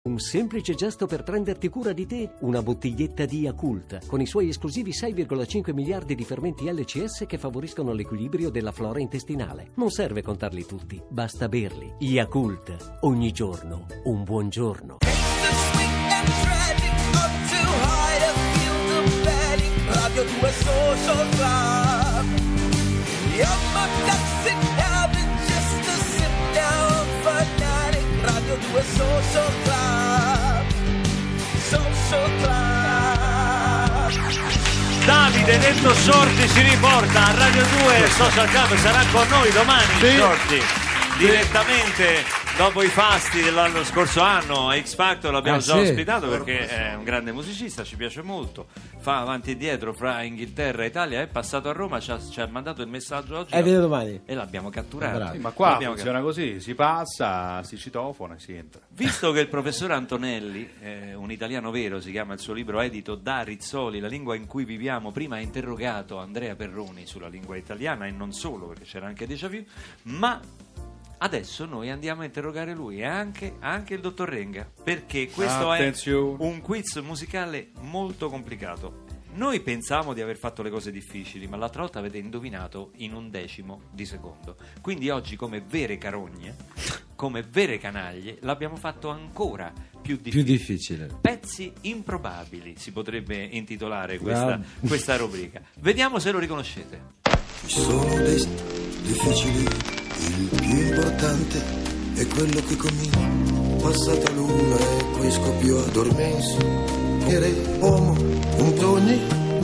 Un semplice gesto per prenderti cura di te, una bottiglietta di Yakult, con i suoi esclusivi 6,5 miliardi di fermenti LCS che favoriscono l'equilibrio della flora intestinale. Non serve contarli tutti, basta berli. Yakult, ogni giorno, un buon giorno. Radio 2 Social Club. Just a sit down fanatic. Radio 2 Social Club. Social Club. Davide detto Sorti si riporta a Radio 2 Social Club, sarà con noi domani. Sì. Sorti direttamente dopo i fasti dell'anno scorso anno a X Factor l'abbiamo già ospitato perché è un grande musicista, ci piace molto, fa avanti e dietro fra Inghilterra e Italia, è passato a Roma, ci ha mandato il messaggio oggi domani. E l'abbiamo catturato. Sì, ma qua funziona così, si passa, si citofona e si entra. Visto che il professor Antonelli, un italiano vero, si chiama il suo libro edito da Rizzoli, La lingua in cui viviamo, prima ha interrogato Andrea Perroni sulla lingua italiana e non solo, perché c'era anche Déjà Vu, ma adesso noi andiamo a interrogare lui e anche il dottor Renga, perché questo è un quiz musicale molto complicato. Noi pensiamo di aver fatto le cose difficili, ma l'altra volta avete indovinato in 1/10 di secondo. Quindi oggi, come vere carogne, come vere canaglie, l'abbiamo fatto ancora più difficile. Pezzi improbabili si potrebbe intitolare questa rubrica. Vediamo se lo riconoscete. Ci sono dei difficili. Il più importante è quello che comincia. Passata l'una e poi scoppiò a dormenso. Era uomo, un ogni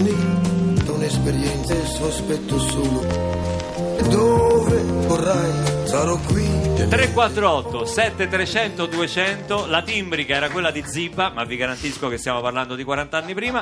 un'esperienza e sospetto solo. E dove vorrai sarò qui. 348 7300 200. La timbrica era quella di Zipa, ma vi garantisco che stiamo parlando di 40 anni prima.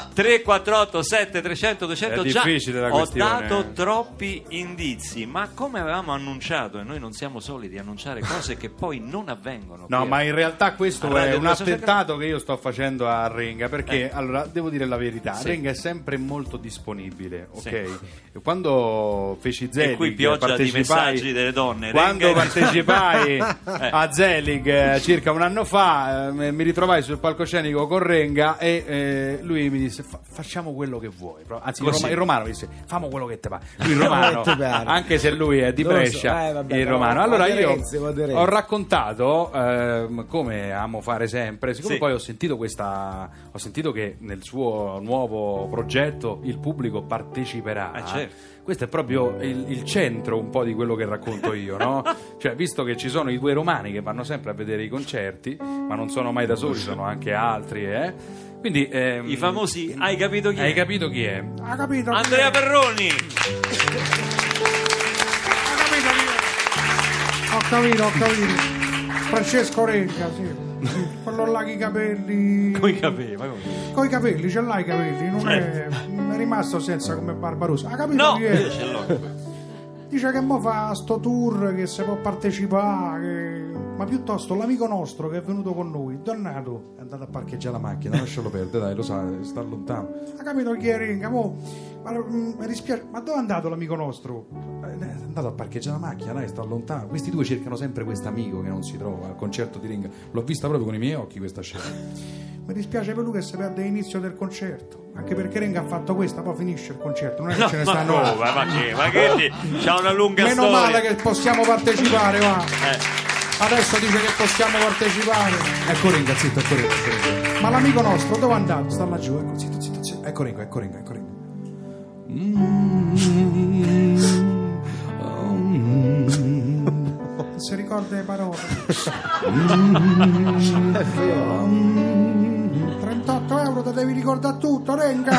348 7300 200. È difficile la questione. Ho dato troppi indizi, ma come avevamo annunciato, e noi non siamo soliti annunciare cose che poi non avvengono. No, ma in realtà questo è un attentato che io sto facendo a Renga, perché allora devo dire la verità, Renga è sempre molto disponibile, ok? Sì. Quando feci Zelig, e qui pioggia di messaggi delle donne. Quando partecipai a Zelig circa un anno fa, mi ritrovai sul palcoscenico con Renga e lui mi disse facciamo quello che vuoi. Anzi, il romano mi disse famo quello che te va. Lui il romano, anche se lui è di Brescia, il romano. Allora io ho raccontato come amo fare sempre, siccome poi ho sentito che nel suo nuovo progetto il pubblico parteciperà. Certo. Questo è proprio il centro un po' di quello che racconto io, no? Cioè, visto che ci sono i due romani che vanno sempre a vedere i concerti, ma non sono mai da soli, sono anche altri, Quindi, i famosi hai capito chi è? Hai capito chi è? Ha capito Andrea Perroni! Ho capito. Francesco Renga, sì. Quello là con i capelli. Coi capelli, ma come? Coi capelli, ce l'hai i capelli, non è rimasto senza come Barbarossa. Ha capito chi è? Io ce l'ho. Dice che mo fa sto tour, che si può partecipare, ma piuttosto l'amico nostro che è venuto con noi, Donato, è andato a parcheggiare la macchina, lascialo perdere, dai, lo sa, sta lontano. Ha capito chi è Renga? Mi dispiace, ma dove è andato l'amico nostro? È andato a parcheggiare la macchina, dai, sta lontano. Questi due cercano sempre quest'amico che non si trova al concerto di Renga. L'ho vista proprio con i miei occhi questa scena. Mi dispiace per lui che si perde l'inizio del concerto, anche perché Renga ha fatto questa, poi finisce il concerto, non è che ce ne stanno. Ma che c'ha una lunga meno storia. Male che possiamo partecipare, va. Adesso dice che possiamo partecipare. Ecco Renga, zitto, ecco Renga. Ma l'amico nostro dove è andato? Sta laggiù, ecco, zitto. Ecco Renga. Si ricorda le parole. 38 euro te devi ricordare tutto, Renga.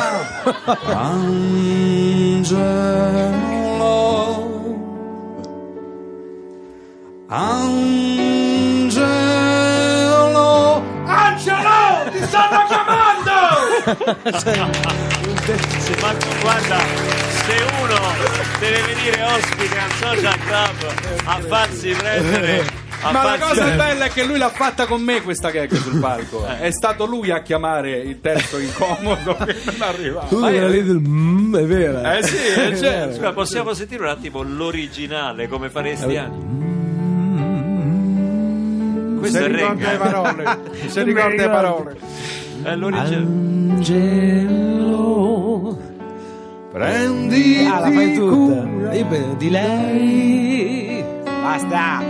Angelo, ti stanno chiamando. Ma guarda, se uno deve venire ospite al Social Club a farsi prendere Ma la cosa bella è che lui l'ha fatta con me questa gag sul palco. È stato lui a chiamare il terzo incomodo che non arrivava. Tu è vera. Sì, certo. Scusa, possiamo sentire un attimo l'originale come faresti anche? Questo è ricorda le parole. Se ricorda le parole. È l'originale. Angelo, prenditi la fai tutta. cura di lei. Basta.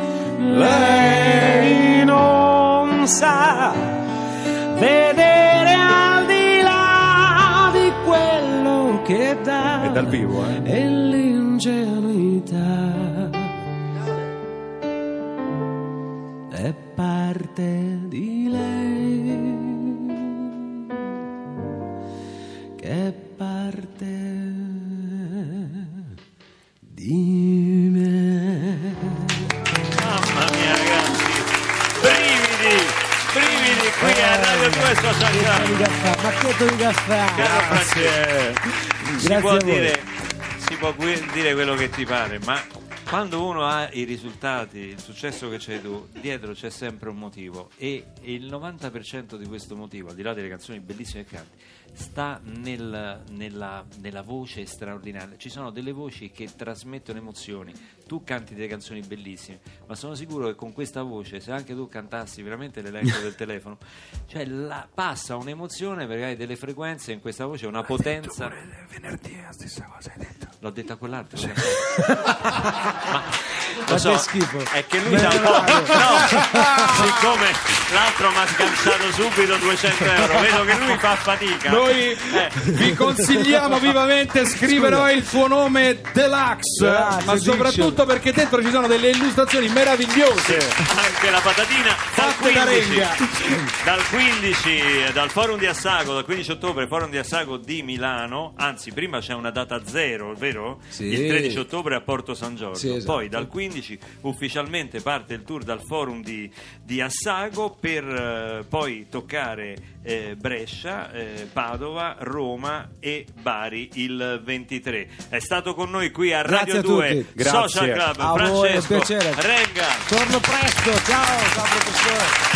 Lei non sa vedere al di là di quello che dà. È dal vivo, E l'ingenuità è parte di lei, che è parte di me. Mamma mia, ragazzi, brividi qui a Radio 2 Social Club. Macchetto di caffè. Caro Francesco, si Grazie può a voi. dire quello che ti pare, ma quando uno ha i risultati, il successo che c'hai tu, dietro c'è sempre un motivo, e il 90% di questo motivo, al di là delle canzoni bellissime che canti, sta nella voce straordinaria. Ci sono delle voci che trasmettono emozioni. Tu canti delle canzoni bellissime, ma sono sicuro che con questa voce, se anche tu cantassi veramente l'elenco del telefono, cioè passa un'emozione, perché hai delle frequenze in questa voce, una potenza. Venerdì è la stessa cosa, hai detto. L'ho detta a quell'altro. Ma so, che schifo. è che lui c'ha un po'. No, siccome l'altro mi ha sganciato subito 200 euro, vedo che lui fa fatica. Noi vi consigliamo vivamente scrivere il tuo nome Deluxe, ma soprattutto perché dentro ci sono delle illustrazioni meravigliose. Anche la patatina Fatte da Renga. dal Forum di Assago, dal 15 ottobre, Forum di Assago di Milano. Anzi, prima c'è una data zero, vero? Sì. Il 13 ottobre a Porto San Giorgio. Sì, esatto. Poi dal 15 ufficialmente parte il tour dal Forum di Assago, per poi toccare Brescia, Padova, Roma e Bari il 23. È stato con noi qui a Grazie Radio a 2 tutti. Social Grazie. Club A voi, è un Francesco piacere. Renga. Torno presto, ciao professore.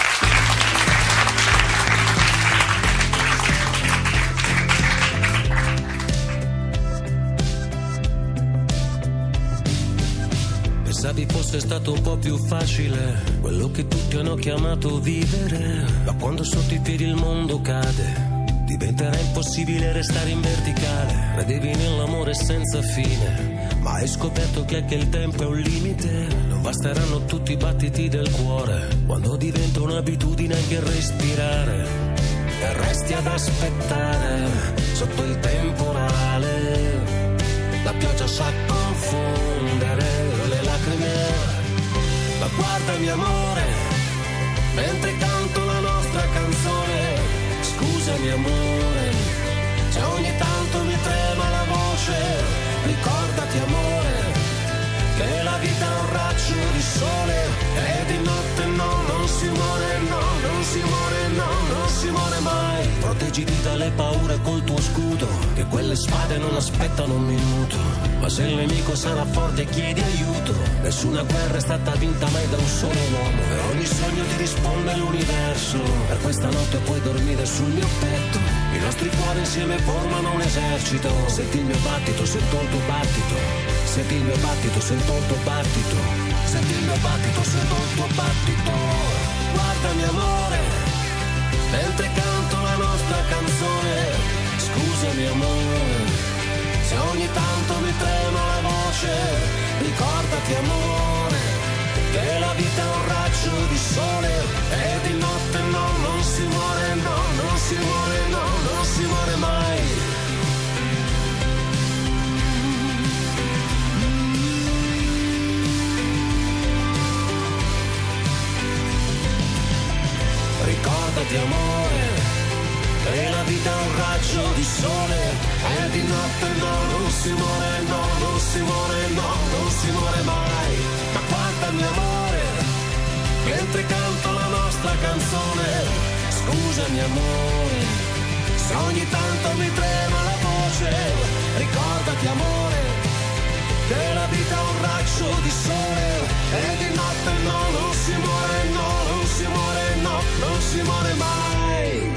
Pensavi fosse stato un po' più facile quello che tutti hanno chiamato vivere, ma quando sotto i piedi il mondo cade diventerà impossibile restare in verticale. Credevi nell'amore senza fine, ma hai scoperto che il tempo è un limite. Non basteranno tutti i battiti del cuore quando diventa un'abitudine anche respirare, e resti ad aspettare sotto il temporale. La pioggia sa confondere le lacrime, ma guardami amore, mentre canto la nostra canzone. Scusami amore, se ogni tanto mi trema la voce, ricordati amore, che la vita è un raggio di sole, e di notte no, non si muore, no, non si muore, no, non si muore mai. Proteggiti dalle paure col tuo scudo, che quelle spade non aspettano un minuto. Ma se il nemico sarà forte chiedi aiuto, nessuna guerra è stata vinta mai da un solo uomo, per ogni sogno ti risponde l'universo. Per questa notte puoi dormire sul mio petto, i nostri cuori insieme formano un esercito. Senti il mio battito, sento il tuo battito, senti il mio battito, sento il tuo battito, senti il mio battito, sento il tuo battito. Guardami amore, mentre canto la nostra canzone. Scusami amore, se ogni tanto mi trema la voce, ricordati amore, che la vita è un raggio di sole, e di notte no, non si muore, no, non si muore, no, non si muore mai. Ricordati amore, che la vita è un raggio di sole, e di notte no, non si muore, no, non si muore, no, non si muore mai. Ma guardami amore, mentre canto la nostra canzone. Scusami amore, se ogni tanto mi trema la voce, ricordati amore, che la vita è un raggio di sole, e di notte no, non si muore, no, non si muore, no, non si muore mai.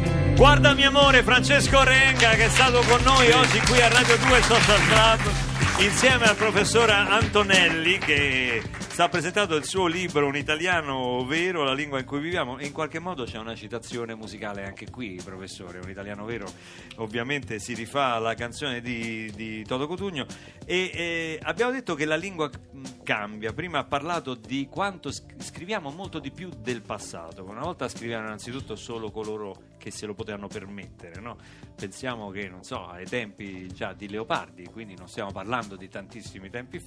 Guardami amore, Francesco Renga, che è stato con noi oggi qui a Radio 2 Social Club. insieme al professor Antonelli, che sta presentando il suo libro Un italiano vero, la lingua in cui viviamo. In qualche modo c'è una citazione musicale anche qui, professore. Un italiano vero ovviamente si rifà alla canzone di Toto Cutugno, e abbiamo detto che la lingua cambia. Prima ha parlato di quanto scriviamo molto di più del passato. Una volta scrivevano innanzitutto solo coloro che se lo potevano permettere, no? Pensiamo che, non so, ai tempi già di Leopardi, quindi non stiamo parlando di tantissimo tempo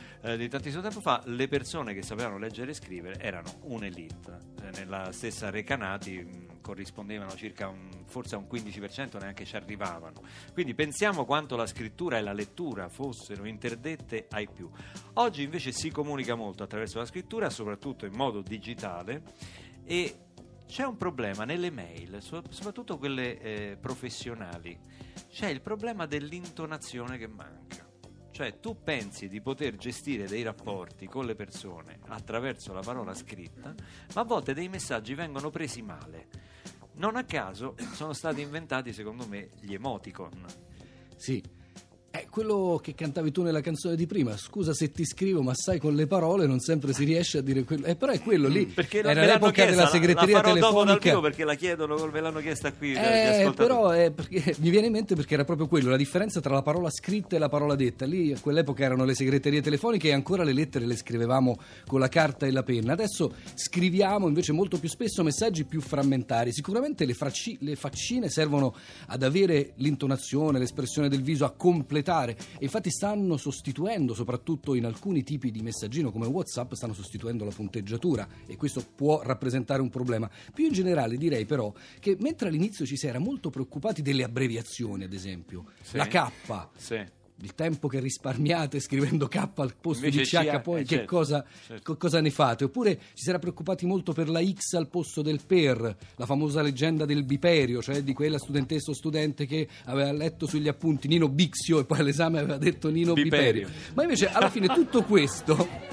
fa, le persone che sapevano leggere e scrivere erano un'elite. Nella stessa Recanati corrispondevano circa forse a un 15%, neanche ci arrivavano. Quindi pensiamo quanto la scrittura e la lettura fossero interdette ai più. Oggi invece si comunica molto attraverso la scrittura, soprattutto in modo digitale, e c'è un problema nelle mail, soprattutto quelle professionali. C'è il problema dell'intonazione che manca. Cioè, tu pensi di poter gestire dei rapporti con le persone attraverso la parola scritta, ma a volte dei messaggi vengono presi male. Non a caso sono stati inventati, secondo me, gli emoticon. Sì. È quello che cantavi tu nella canzone di prima. Scusa se ti scrivo, ma sai, con le parole non sempre si riesce a dire quello. Però è quello lì. Perché era l'epoca della segreteria la farò telefonica. Dopo dal vivo, perché la chiedono, me l'hanno chiesta qui. Però perché mi viene in mente, perché era proprio quello, la differenza tra la parola scritta e la parola detta. Lì a quell'epoca erano le segreterie telefoniche e ancora le lettere le scrivevamo con la carta e la penna. Adesso scriviamo invece molto più spesso messaggi più frammentari. Sicuramente le faccine servono ad avere l'intonazione, l'espressione del viso, a completare. E infatti stanno sostituendo, soprattutto in alcuni tipi di messaggino come WhatsApp, stanno sostituendo la punteggiatura, e questo può rappresentare un problema. Più in generale direi però che mentre all'inizio ci si era molto preoccupati delle abbreviazioni, ad esempio, sì, la K, sì, il tempo che risparmiate scrivendo K al posto invece di CH, poi che cosa ne fate? Oppure ci si era preoccupati molto per la X al posto del per, la famosa leggenda del biperio, cioè di quella studentessa o studente che aveva letto sugli appunti Nino Bixio e poi all'esame aveva detto Nino Biperio. Ma invece alla fine tutto questo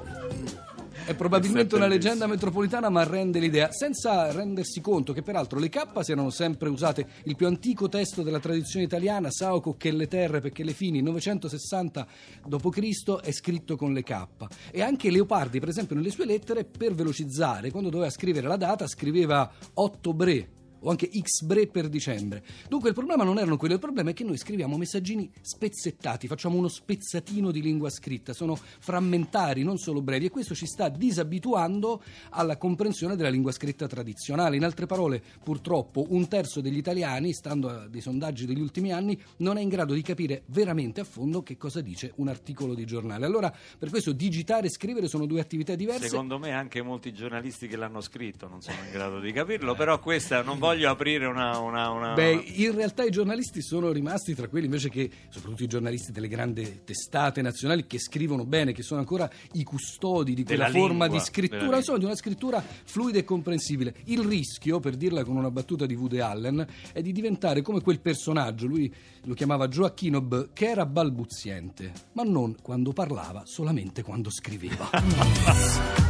è probabilmente una leggenda metropolitana, ma rende l'idea, senza rendersi conto che peraltro le K si erano sempre usate. Il più antico testo della tradizione italiana, Sauco che le terre perché le fini, 960 d.C., è scritto con le K. E anche Leopardi, per esempio, nelle sue lettere, per velocizzare, quando doveva scrivere la data, scriveva 8 bre o anche X bre per dicembre. Dunque il problema non erano quello, il problema è che noi scriviamo messaggini spezzettati, facciamo uno spezzatino di lingua scritta, sono frammentari, non solo brevi, e questo ci sta disabituando alla comprensione della lingua scritta tradizionale. In altre parole, purtroppo un terzo degli italiani, stando a dei sondaggi degli ultimi anni, non è in grado di capire veramente a fondo che cosa dice un articolo di giornale. Allora, per questo digitare e scrivere sono due attività diverse. Secondo me anche molti giornalisti che l'hanno scritto non sono in grado di capirlo, però questa non voglio aprire una... Beh, in realtà i giornalisti sono rimasti tra quelli invece che, soprattutto i giornalisti delle grandi testate nazionali, che scrivono bene, che sono ancora i custodi di quella forma di scrittura, insomma di una scrittura fluida e comprensibile. Il rischio, per dirla con una battuta di Woody Allen, è di diventare come quel personaggio, lui lo chiamava Joachinob, che era balbuziente, ma non quando parlava, solamente quando scriveva.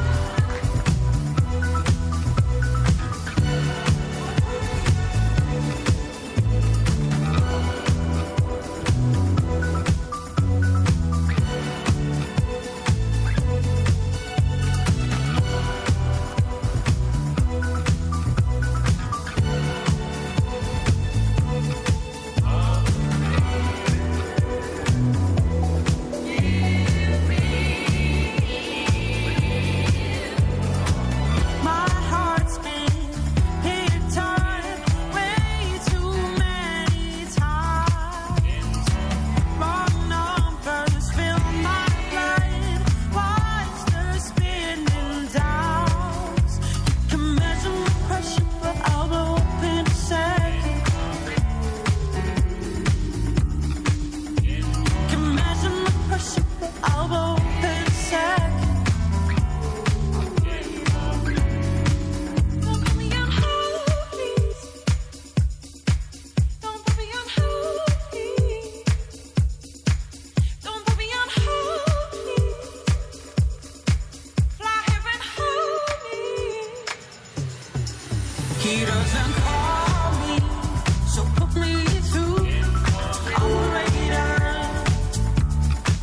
He doesn't call me, so put me through operator.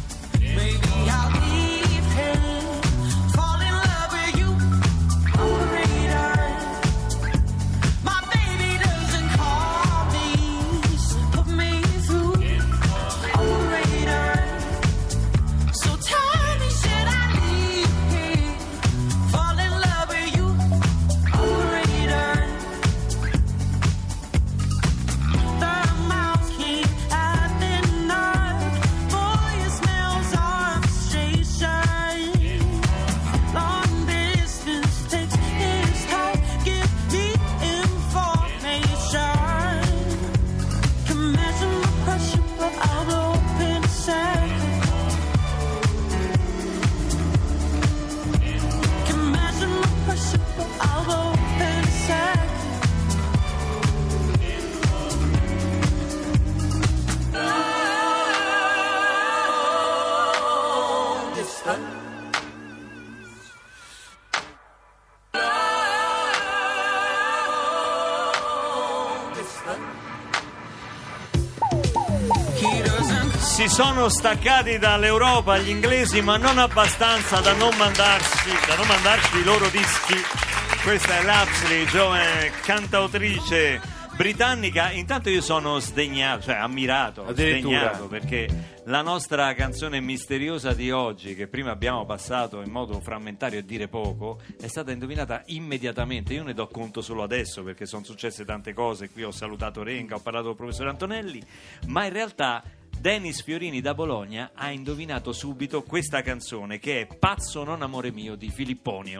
si sono staccati dall'Europa gli inglesi, ma non abbastanza da non mandarci i loro dischi. Questa è Lapsley, giovane cantautrice britannica. Intanto io sono sdegnato, cioè ammirato, sdegnato, perché la nostra canzone misteriosa di oggi, che prima abbiamo passato in modo frammentario e dire poco, è stata indovinata immediatamente. Io ne do conto solo adesso perché sono successe tante cose. Qui ho salutato Renga, ho parlato col professor Antonelli, ma in realtà Dennis Fiorini da Bologna ha indovinato subito questa canzone, che è Pazzo non amore mio di Filipponio.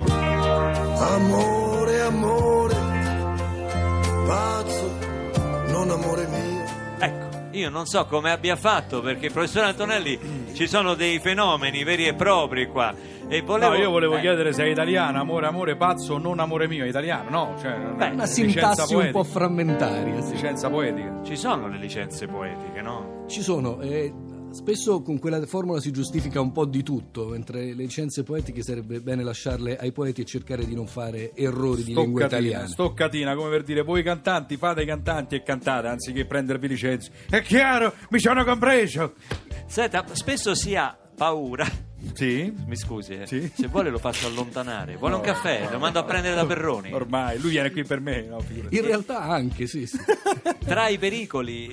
Amore, amore, pazzo, non amore mio. Ecco, io non so come abbia fatto, perché professor Antonelli ci sono dei fenomeni veri e propri qua. E io volevo chiedere se è italiana. Amore, amore, pazzo, non amore mio, è italiano, no? Cioè, una sintassi un po' frammentaria. Sì. Licenza poetica. Ci sono le licenze poetiche, no? Ci sono, spesso con quella formula si giustifica un po' di tutto, mentre le licenze poetiche sarebbe bene lasciarle ai poeti e cercare di non fare errori di lingua italiana. Stoccatina, come per dire, voi cantanti fate i cantanti e cantate, anziché prendervi licenze. È chiaro, mi sono compreso. Senta, spesso si ha paura. Sì? Mi scusi, Sì? Se vuole lo faccio allontanare. Vuole un caffè? Lo mando a prendere da Perroni. Ormai, lui viene qui per me, no? In realtà anche, sì. Tra i pericoli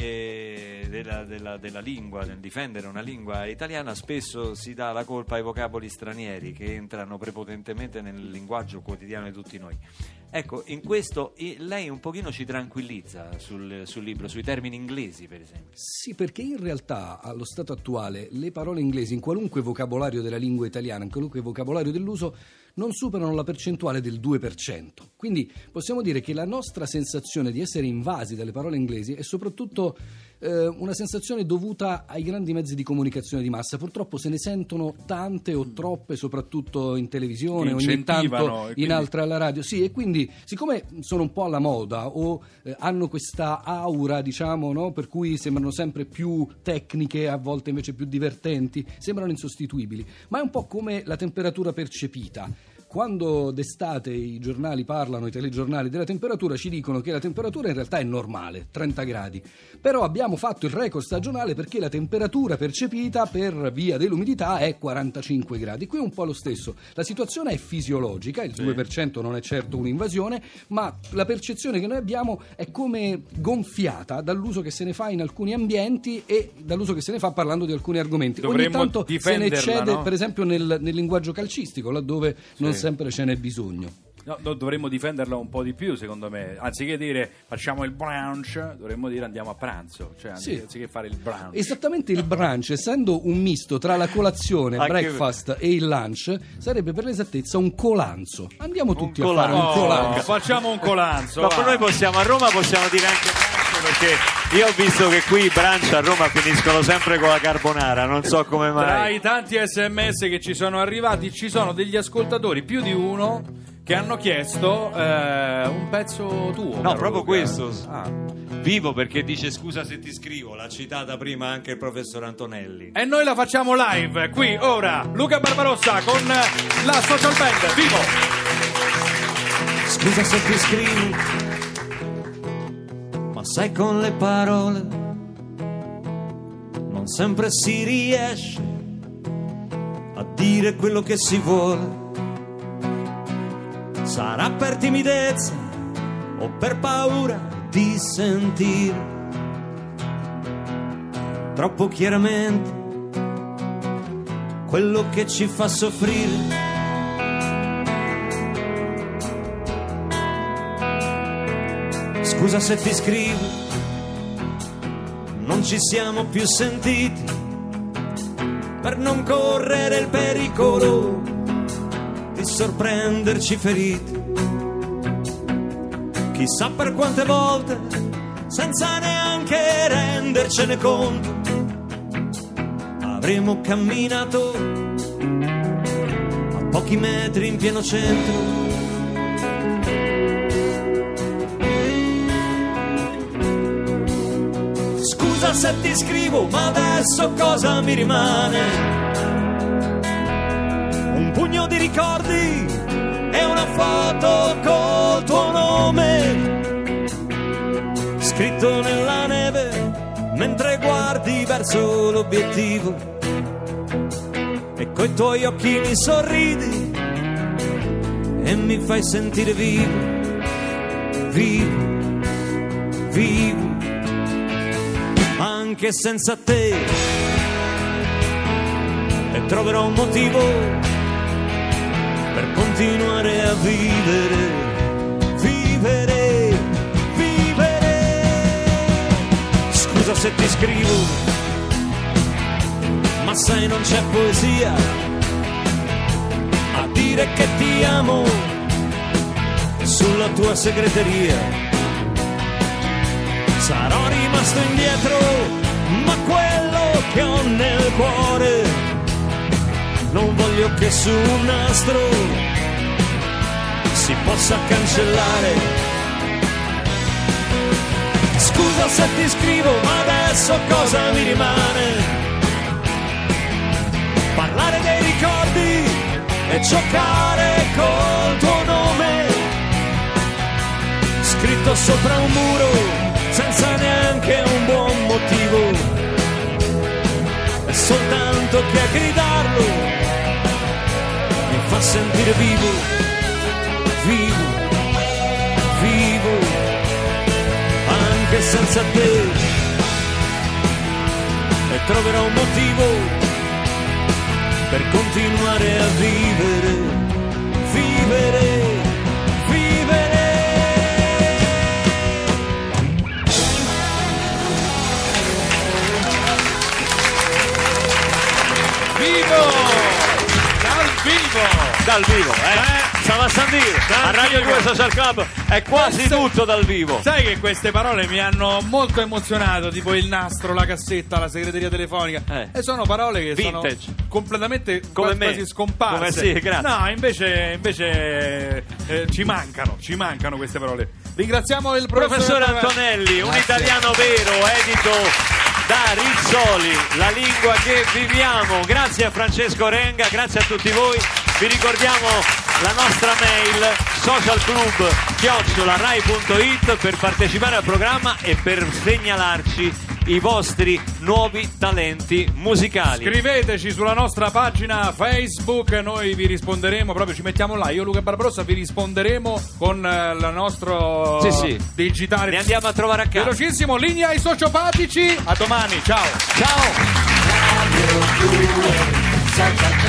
della lingua, nel difendere una lingua italiana, spesso si dà la colpa ai vocaboli stranieri che entrano prepotentemente nel linguaggio quotidiano di tutti noi. Ecco, in questo lei un pochino ci tranquillizza sul libro, sui termini inglesi, per esempio. Sì, perché in realtà, allo stato attuale, le parole inglesi in qualunque vocabolario della lingua italiana, in qualunque vocabolario dell'uso, non superano la percentuale del 2%. Quindi possiamo dire che la nostra sensazione di essere invasi dalle parole inglesi è soprattutto una sensazione dovuta ai grandi mezzi di comunicazione di massa. Purtroppo se ne sentono tante o troppe, soprattutto in televisione, ogni tanto in altre alla radio. Sì, e quindi siccome sono un po' alla moda o hanno questa aura, diciamo, no? Per cui sembrano sempre più tecniche, a volte invece più divertenti, sembrano insostituibili. Ma è un po' come la temperatura percepita. Quando d'estate i giornali parlano, i telegiornali, della temperatura, ci dicono che la temperatura in realtà è normale, 30 gradi. Però abbiamo fatto il record stagionale perché la temperatura percepita per via dell'umidità è 45 gradi. Qui è un po' lo stesso. La situazione è fisiologica, il 2% non è certo un'invasione, ma la percezione che noi abbiamo è come gonfiata dall'uso che se ne fa in alcuni ambienti e dall'uso che se ne fa parlando di alcuni argomenti. Dovremmo ogni tanto se ne eccede, no? Per esempio nel linguaggio calcistico, laddove non sempre ce n'è bisogno. No, dovremmo difenderla un po' di più, secondo me. Anziché dire facciamo il brunch, dovremmo dire andiamo a pranzo, cioè anziché fare il brunch. Esattamente, il brunch, essendo un misto tra la colazione, il breakfast e il lunch, sarebbe per l'esattezza un colanzo. Andiamo tutti a fare un colanzo. Facciamo un colanzo. Ma noi possiamo, a Roma possiamo dire anche brunch, perché io ho visto che qui i brunch a Roma finiscono sempre con la carbonara, non so come mai. Tra i tanti SMS che ci sono arrivati ci sono degli ascoltatori, più di uno, che hanno chiesto un pezzo tuo. No, proprio Luca. questo. Vivo perché dice scusa se ti scrivo, l'ha citata prima anche il professor Antonelli. E noi la facciamo live, qui, ora, Luca Barbarossa con la Social Band, vivo! Scusa se ti scrivo, ma sai con le parole non sempre si riesce a dire quello che si vuole. Sarà per timidezza o per paura di sentire troppo chiaramente quello che ci fa soffrire. Scusa se ti scrivo, non ci siamo più sentiti per non correre il pericolo di sorprenderci feriti. Chissà per quante volte, senza neanche rendercene conto, avremo camminato a pochi metri in pieno centro. Scusa se ti scrivo, ma adesso cosa mi rimane? Un pugno di ricordi e una foto col tuo nome scritto nella neve mentre guardi verso verso l'obiettivo e coi tuoi occhi mi sorridi e mi fai sentire vivo, vivo, vivo, anche senza te, e troverò un motivo per continuare a vivere, vivere, vivere. Scusa se ti scrivo, ma sai non c'è poesia a dire che ti amo sulla tua segreteria. Sarò rimasto indietro, ma quello che ho nel cuore non voglio che su un nastro si possa cancellare. Scusa se ti scrivo, ma adesso cosa mi rimane? Parlare dei ricordi e giocare col tuo nome scritto sopra un muro senza neanche un buon motivo, e soltanto che a gridarlo mi fa sentire vivo, vivo, vivo, anche senza te, e troverò un motivo per continuare a vivere, vivere, vivere. Dal vivo, stava a San Dio, a Radio 2 Social Club è quasi tutto dal vivo. Sai che queste parole mi hanno molto emozionato, tipo il nastro, la cassetta, la segreteria telefonica, e sono parole che vintage, sono completamente come quasi scomparse. Come sì, grazie. No, invece ci mancano queste parole. Ringraziamo il professor Antonelli, un italiano vero, edito da Rizzoli, La lingua che viviamo. Grazie a Francesco Renga, grazie a tutti voi. Vi ricordiamo la nostra mail socialclub@rai.it per partecipare al programma e per segnalarci i vostri nuovi talenti musicali. Scriveteci sulla nostra pagina Facebook, noi vi risponderemo, proprio ci mettiamo là, io e Luca Barbarossa vi risponderemo con la nostra digitale. Ne andiamo a trovare a casa. Velocissimo, linea ai sociopatici. A domani, ciao. Ciao.